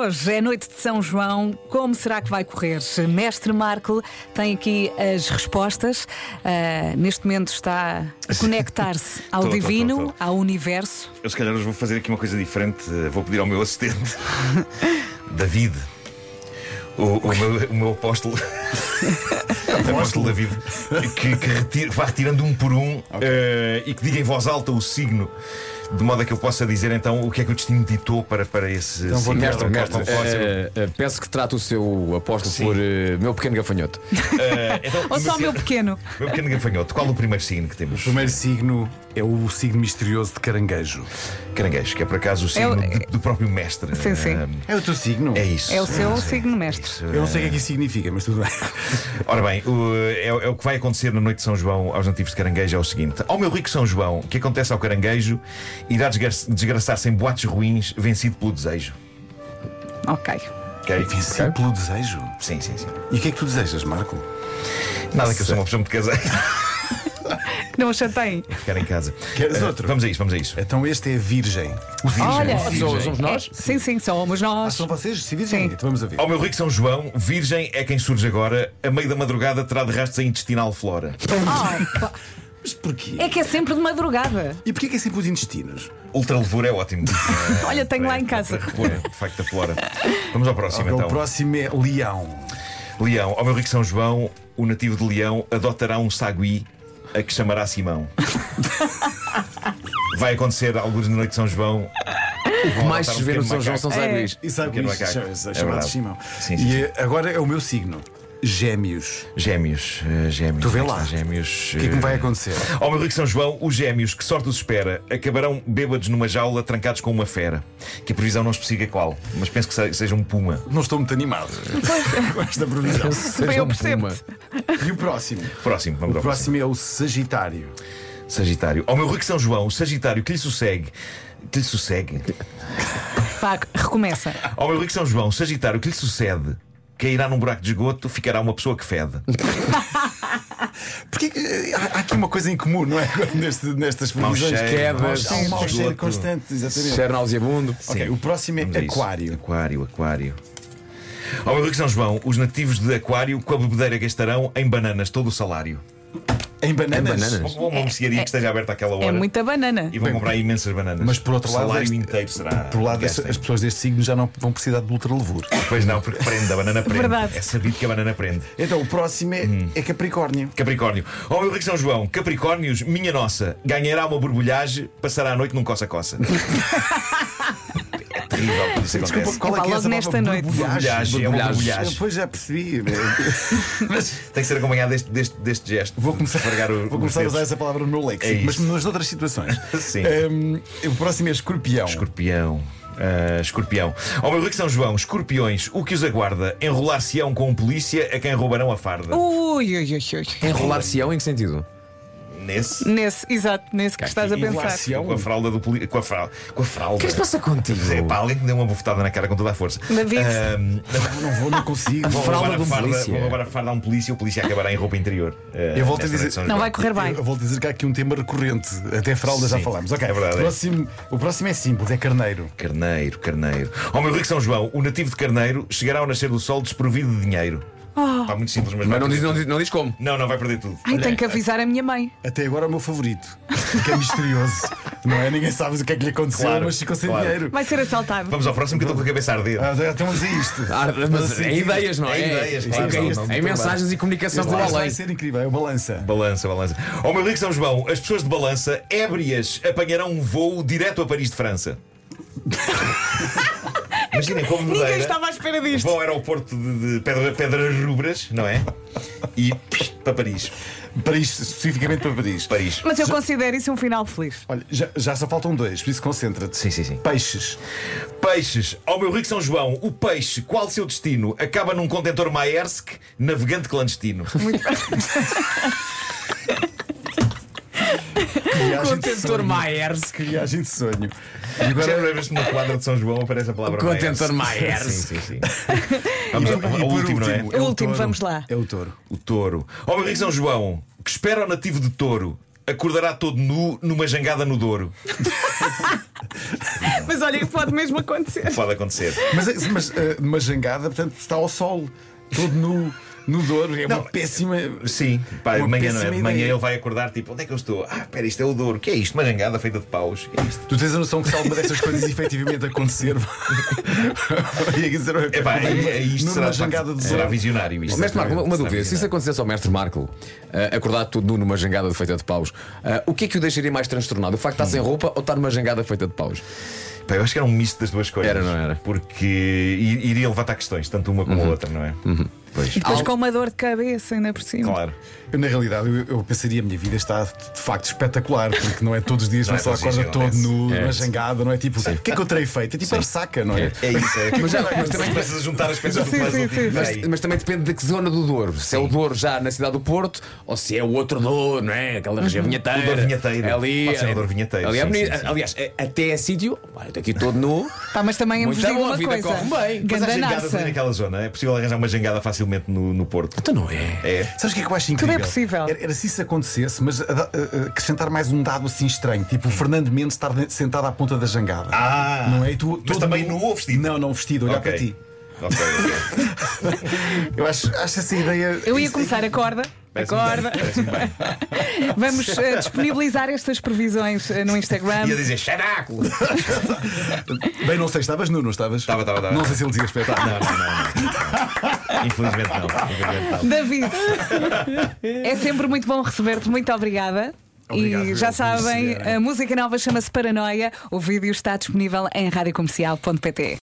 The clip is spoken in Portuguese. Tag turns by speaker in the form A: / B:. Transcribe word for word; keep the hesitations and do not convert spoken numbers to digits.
A: Hoje é noite de São João. Como será que vai correr? Mestre Marco tem aqui as respostas. Uh, neste momento está a conectar-se ao
B: Tô, tô,
A: divino,
B: tô, tô.
A: ao universo.
B: Eu se calhar hoje vou fazer aqui uma coisa diferente. Vou pedir ao meu assistente David, o, o, meu, o meu apóstolo o apóstolo David, que, que retire, vá retirando um por um, okay. uh, e que diga em voz alta o signo, de modo a que eu possa dizer então o que é que o destino ditou para, para esse
C: então,
B: signo.
C: Mestre,
B: mestre,
C: mestre, uh, uh, peço que trate o seu apóstolo
B: Sim.
C: por uh, meu pequeno gafanhoto.
B: Uh, então,
A: Ou só meu pequeno.
B: Meu pequeno gafanhoto. Qual o primeiro signo que temos?
D: O primeiro signo é o signo misterioso de Caranguejo.
B: Caranguejo, que é por acaso o signo
A: é o...
B: do, do próprio mestre.
A: Sim, sim.
B: Uh,
D: É o teu signo?
B: É isso.
A: É o seu
B: é,
A: signo mestre.
B: Isso,
D: Eu não sei o que é que isso significa, mas tudo bem.
B: Ora bem, o, é, é o que vai acontecer na noite de São João aos nativos de Caranguejo é o seguinte: ao meu rico São João, o que acontece ao caranguejo irá desgraçar-se em boates ruins, vencido pelo desejo.
A: Ok.
B: Ok?
D: Vencido okay. pelo desejo?
B: Sim, sim, sim.
D: E o que é que tu desejas, Marco?
B: Nada, que eu sou uma pessoa muito caseira.
A: Que não o chateiem.
B: Ficar em casa.
D: Queres
B: uh,
D: outro?
B: Vamos a isso, vamos a isso.
D: Então este é Virgem. O Virgem.
A: Olha,
D: Virgem.
C: Somos, somos nós?
A: É, sim, sim, somos nós.
D: Ah, são vocês? Sim, Virgem.
A: Sim.
D: Então vamos a ver.
B: Ao meu rico São João, Virgem é quem surge agora, a meio da madrugada terá de rastros a intestinal flora.
A: Oh,
D: Mas porquê?
A: é que é sempre de madrugada.
D: E porquê que é sempre os intestinos?
B: Ultralevura é ótimo. Uh,
A: Olha, tenho lá em casa.
B: Para repor o facto da flora. Vamos ao próximo
D: Okay,
B: então.
D: O próximo é Leão.
B: Leão, ao meu rico São João, o nativo de Leão adotará um sagui a que chamará Simão. Vai acontecer alguns na noite de São João.
C: O que mais
B: um
C: se vê no São João
B: macaco.
C: são saguis.
D: E sabe
B: Pequeno
D: isso?
B: macaco.
D: É
B: É
D: chamado
B: verdade.
D: Simão.
B: Sim, sim,
D: E agora é o meu signo. Gêmeos.
B: Gêmeos, uh, gêmeos.
D: Tu vê
B: Como é que
D: lá.
B: está, Gêmeos.
D: O que é que me vai acontecer?
B: Ao meu rico São João, os gêmeos, que sorte os espera, acabarão bêbados numa jaula, trancados com uma fera. Que a previsão não especifica qual, mas penso que se- seja um puma.
D: Não estou muito animado com esta previsão.
A: Bem, eu percebo.
D: E o próximo?
B: Próximo, vamos
D: O
B: ao
D: próximo é o Sagitário.
B: Sagitário. Ao meu rico São João, o Sagitário que lhe sossegue. Que lhe sossegue.
A: Vá, recomeça.
B: Ao meu rico São João, o Sagitário que lhe sucede. Cairá num buraco de esgoto, ficará uma pessoa que fede.
D: Porque eh, há, há aqui uma coisa em comum, não é? Neste, nestas
B: Mau
D: previsões.
B: cheiro,
C: quedas,
D: Há um mau cheiro
B: esgoto.
D: constante, exatamente.
C: Cheiro nauseabundo.
D: Ok, o próximo é
B: Vamos a isso.
D: Aquário.
B: Aquário, Aquário. Ao meu rico São João, os nativos de Aquário com a bebedeira gastarão em bananas todo o salário.
D: Em bananas.
C: Em bananas.
B: Vão a uma mercearia que esteja aberta àquela hora
A: É muita banana.
B: e vão comprar imensas bananas.
D: Mas por outro
B: o
D: lado,
B: salário
D: este-
B: inteiro será.
D: Por lado, as,
B: gastem.
D: as pessoas deste signo já não vão precisar de ultralevura.
B: Pois não, porque prende, a banana prende.
A: Verdade.
B: É sabido que a banana prende.
D: Então o próximo é, é Capricórnio.
B: Capricórnio. Ao meu rico São João, Capricórnios, minha nossa, ganhará uma borbulhagem, passará a noite num coça-coça. É terrível quando isso
D: Desculpa,
B: acontece.
D: qual é
A: Epá,
D: que é
A: logo
D: essa
A: nesta
D: palavra?
A: noite.
B: Borbulhagem, é uma
C: Borbulhagem.
B: borbulhagem.
D: Depois já percebi.
B: Mas tem que ser acompanhado deste, deste, deste gesto.
D: Vou começar,
B: Esfregar o-
D: vou
B: os
D: começar a
B: dedos.
D: usar essa palavra no meu léxico,
B: É
D: mas
B: isso.
D: nas outras situações.
B: Sim.
D: Um, o próximo é Escorpião.
B: Escorpião. Ah, escorpião. Ao meu rico São João, escorpiões, o que os aguarda? Enrolar-se-ão com um polícia a quem roubarão a farda.
A: Ui, ui, ui, ui.
C: Enrolar-se-ão em que sentido?
B: Nesse.
A: Nesse, exato, nesse que estás a pensar.
D: Enrolar-se-ão.
B: Com a fralda do polícia. Com a fralda. Com a fralda.
C: O que é que se passa contigo?
B: É pá, alguém que deu uma bofetada na cara com toda a força.
A: David.
B: Ah,
D: Não, não vou, não consigo.
B: Vou
C: Fralda
B: roubar,
C: de
B: a
C: um
B: farda,
C: polícia.
B: vou roubar a farda a um polícia, o polícia acabará em roupa interior. ah,
D: Eu volto a
B: nesta
D: dizer-
B: noite de São
A: Não
B: João.
A: vai correr bem.
D: Eu vou dizer que há aqui um tema recorrente. Até fralda já
B: Sim,
D: falámos. Ok,
B: é verdade,
D: o,
B: é.
D: próximo, o próximo é simples, é Carneiro.
B: Carneiro, carneiro. Ao meu rico São João, o nativo de Carneiro chegará ao nascer do sol desprovido de dinheiro. Pá, muito simples, mas,
C: Mas
B: vai
C: não
B: perder
C: diz, não,
B: tudo.
C: diz, não diz como.
B: Não, não vai perder tudo.
A: Ai, tenho que avisar a minha mãe.
D: Até agora é o meu favorito, que é misterioso. Não é? Ninguém sabe o que é que lhe aconteceu,
B: Claro,
D: mas ficou sem
B: claro.
D: dinheiro.
A: Vai ser assaltado.
B: Vamos ao próximo que eu estou com a cabeça a arder.
D: Ah, então vamos a isto.
C: Ah, mas
D: assim,
C: é ideias, não é?
B: é ideias,
C: É-
B: claro,
C: é-
B: não,
C: é-
B: não,
C: é
B: muito
C: mensagens e comunicação
D: Este
C: com
D: vai
C: além.
D: ser incrível, é o balança.
B: Balança, balança. Ao meu rico São João, as pessoas de Balança, ébrias, apanharão um voo direto a Paris de França. Imaginem como
A: Ninguém
B: Madeira.
A: estava à espera disto.
B: Vão ao aeroporto de, de Pedra, Pedras Rubras, não é? E psh, para Paris.
D: Paris, especificamente para Paris.
B: Paris.
A: Mas eu considero isso um final feliz.
D: Olha, já, já só faltam dois, por isso concentra-te.
B: Sim, sim, sim.
D: Peixes.
B: Peixes. Ao meu rico São João, o peixe, qual o seu destino? Acaba num contentor Maersk, navegante clandestino.
D: Viagem de
C: Contentor
D: sonho.
C: Maersk.
D: Que viagem de sonho. E
B: Agora,
D: agora
B: lembras que no quadro de São João aparece a palavra
C: Contentor
B: Maersk.
C: Maersk.
B: Sim, sim, sim. Vamos ao,
D: E
B: ao
D: por
B: último, não é?
A: O último, vamos lá.
D: É o touro.
B: O touro. Ao meu rico São João, que espera o nativo de touro, acordará todo nu numa jangada no Douro.
A: Mas olha, pode mesmo acontecer.
B: Pode acontecer.
D: Mas, mas eh, numa jangada, portanto, está ao sol, todo nu. No Douro, é uma
B: Não,
D: péssima.
B: Sim, pá, de
D: Uma
B: manhã, não é?
D: péssima
B: De manhã
D: ideia.
B: ele vai acordar tipo, onde é que eu estou? Ah, espera, isto é o Douro. O que é isto? Uma jangada feita de paus. O que é isto?
D: Tu tens a noção que se alguma dessas coisas efetivamente acontecer, ia dizer,
B: É pá, é, é isto
D: numa
B: será, de
D: jangada
B: facto,
D: de
B: será
D: Douro.
B: visionário. Isto
C: Mestre Marco, uma, uma
B: será
C: dúvida: se isso
B: visionário.
C: acontecesse ao Mestre Marco, uh, acordar tudo nu numa jangada feita de paus, uh, o que é que o deixaria mais transtornado? O facto de estar sem roupa ou estar numa jangada feita de paus?
B: Pá, eu acho que era um misto das duas coisas.
C: Era, não era?
B: Porque i- iria levantar questões, tanto uma como a outra, não é? Pois.
A: E depois
C: Al-
A: com uma dor de cabeça ainda por cima.
B: Claro.
D: Eu, na realidade, eu, eu pensaria a minha vida está de facto espetacular, porque não é todos os dias,
B: Não
D: não
B: é
D: só
B: todos os
D: acorda
B: dias,
D: todo
B: não
D: nu,
C: é?
D: numa jangada, não é tipo, o que é que eu terei feito? É tipo a ressaca, não é?
B: É isso, é.
C: Mas já- mas
B: Mas
C: também-
B: começas a juntar as peças do
A: Sim,
B: puzzle.
A: sim,
B: tipo,
A: sim.
C: Mas,
B: peraí.
C: mas também depende de que zona do Douro. Se é o Douro já na cidade do Porto ou se é o outro Douro, não é? Aquela região vinheteira.
B: O Douro vinheteiro.
C: Ali,
B: Pode ser o Douro vinheteiro,
C: ali é
B: sim,
C: bonito.
B: sim, sim.
C: Aliás, é- até é sítio. Olha, estou aqui todo nu.
A: Pá, mas também
C: Muito
A: vos digo
C: bom, a
A: uma
C: vida
A: coisa.
C: corre bem.
B: Mas há jangadas
A: Gandanaça.
B: ali naquela zona. É possível arranjar uma jangada facilmente no, no Porto.
C: Então não é.
B: É.
D: Sabes o que é que eu acho
A: Tudo
D: incrível?
A: é possível.
D: Era, era se isso acontecesse, mas a- a- a- acrescentar mais um dado assim estranho, tipo o Fernando Mendes estar de- sentado à ponta da jangada.
B: Ah!
D: Não é? E tu,
B: Mas
D: todo
B: também nu ou vestido?
D: Não, não vestido, olhar
B: Ok.
D: para ti.
B: Ok, ok.
D: Eu acho, acho essa ideia.
A: Eu ia
D: isso-
A: começar, acorda.
B: Parece-me
A: Acorda.
B: bem, parece-me bem.
A: Vamos eh, disponibilizar estas previsões eh, no Instagram.
B: Ia dizer espetáculo.
D: Bem, não sei, estavas nu, não estavas?
B: Estava, estava, estava.
D: Não sei se ele dizia espetáculo.
B: Não, não, não, não. Infelizmente não. Infelizmente não.
A: David, é sempre muito bom receber-te. Muito obrigada.
D: Obrigado,
A: e já
D: eu,
A: sabem,
D: senhora.
A: a música nova chama-se Paranoia. O vídeo está disponível em radiocomercial ponto pt.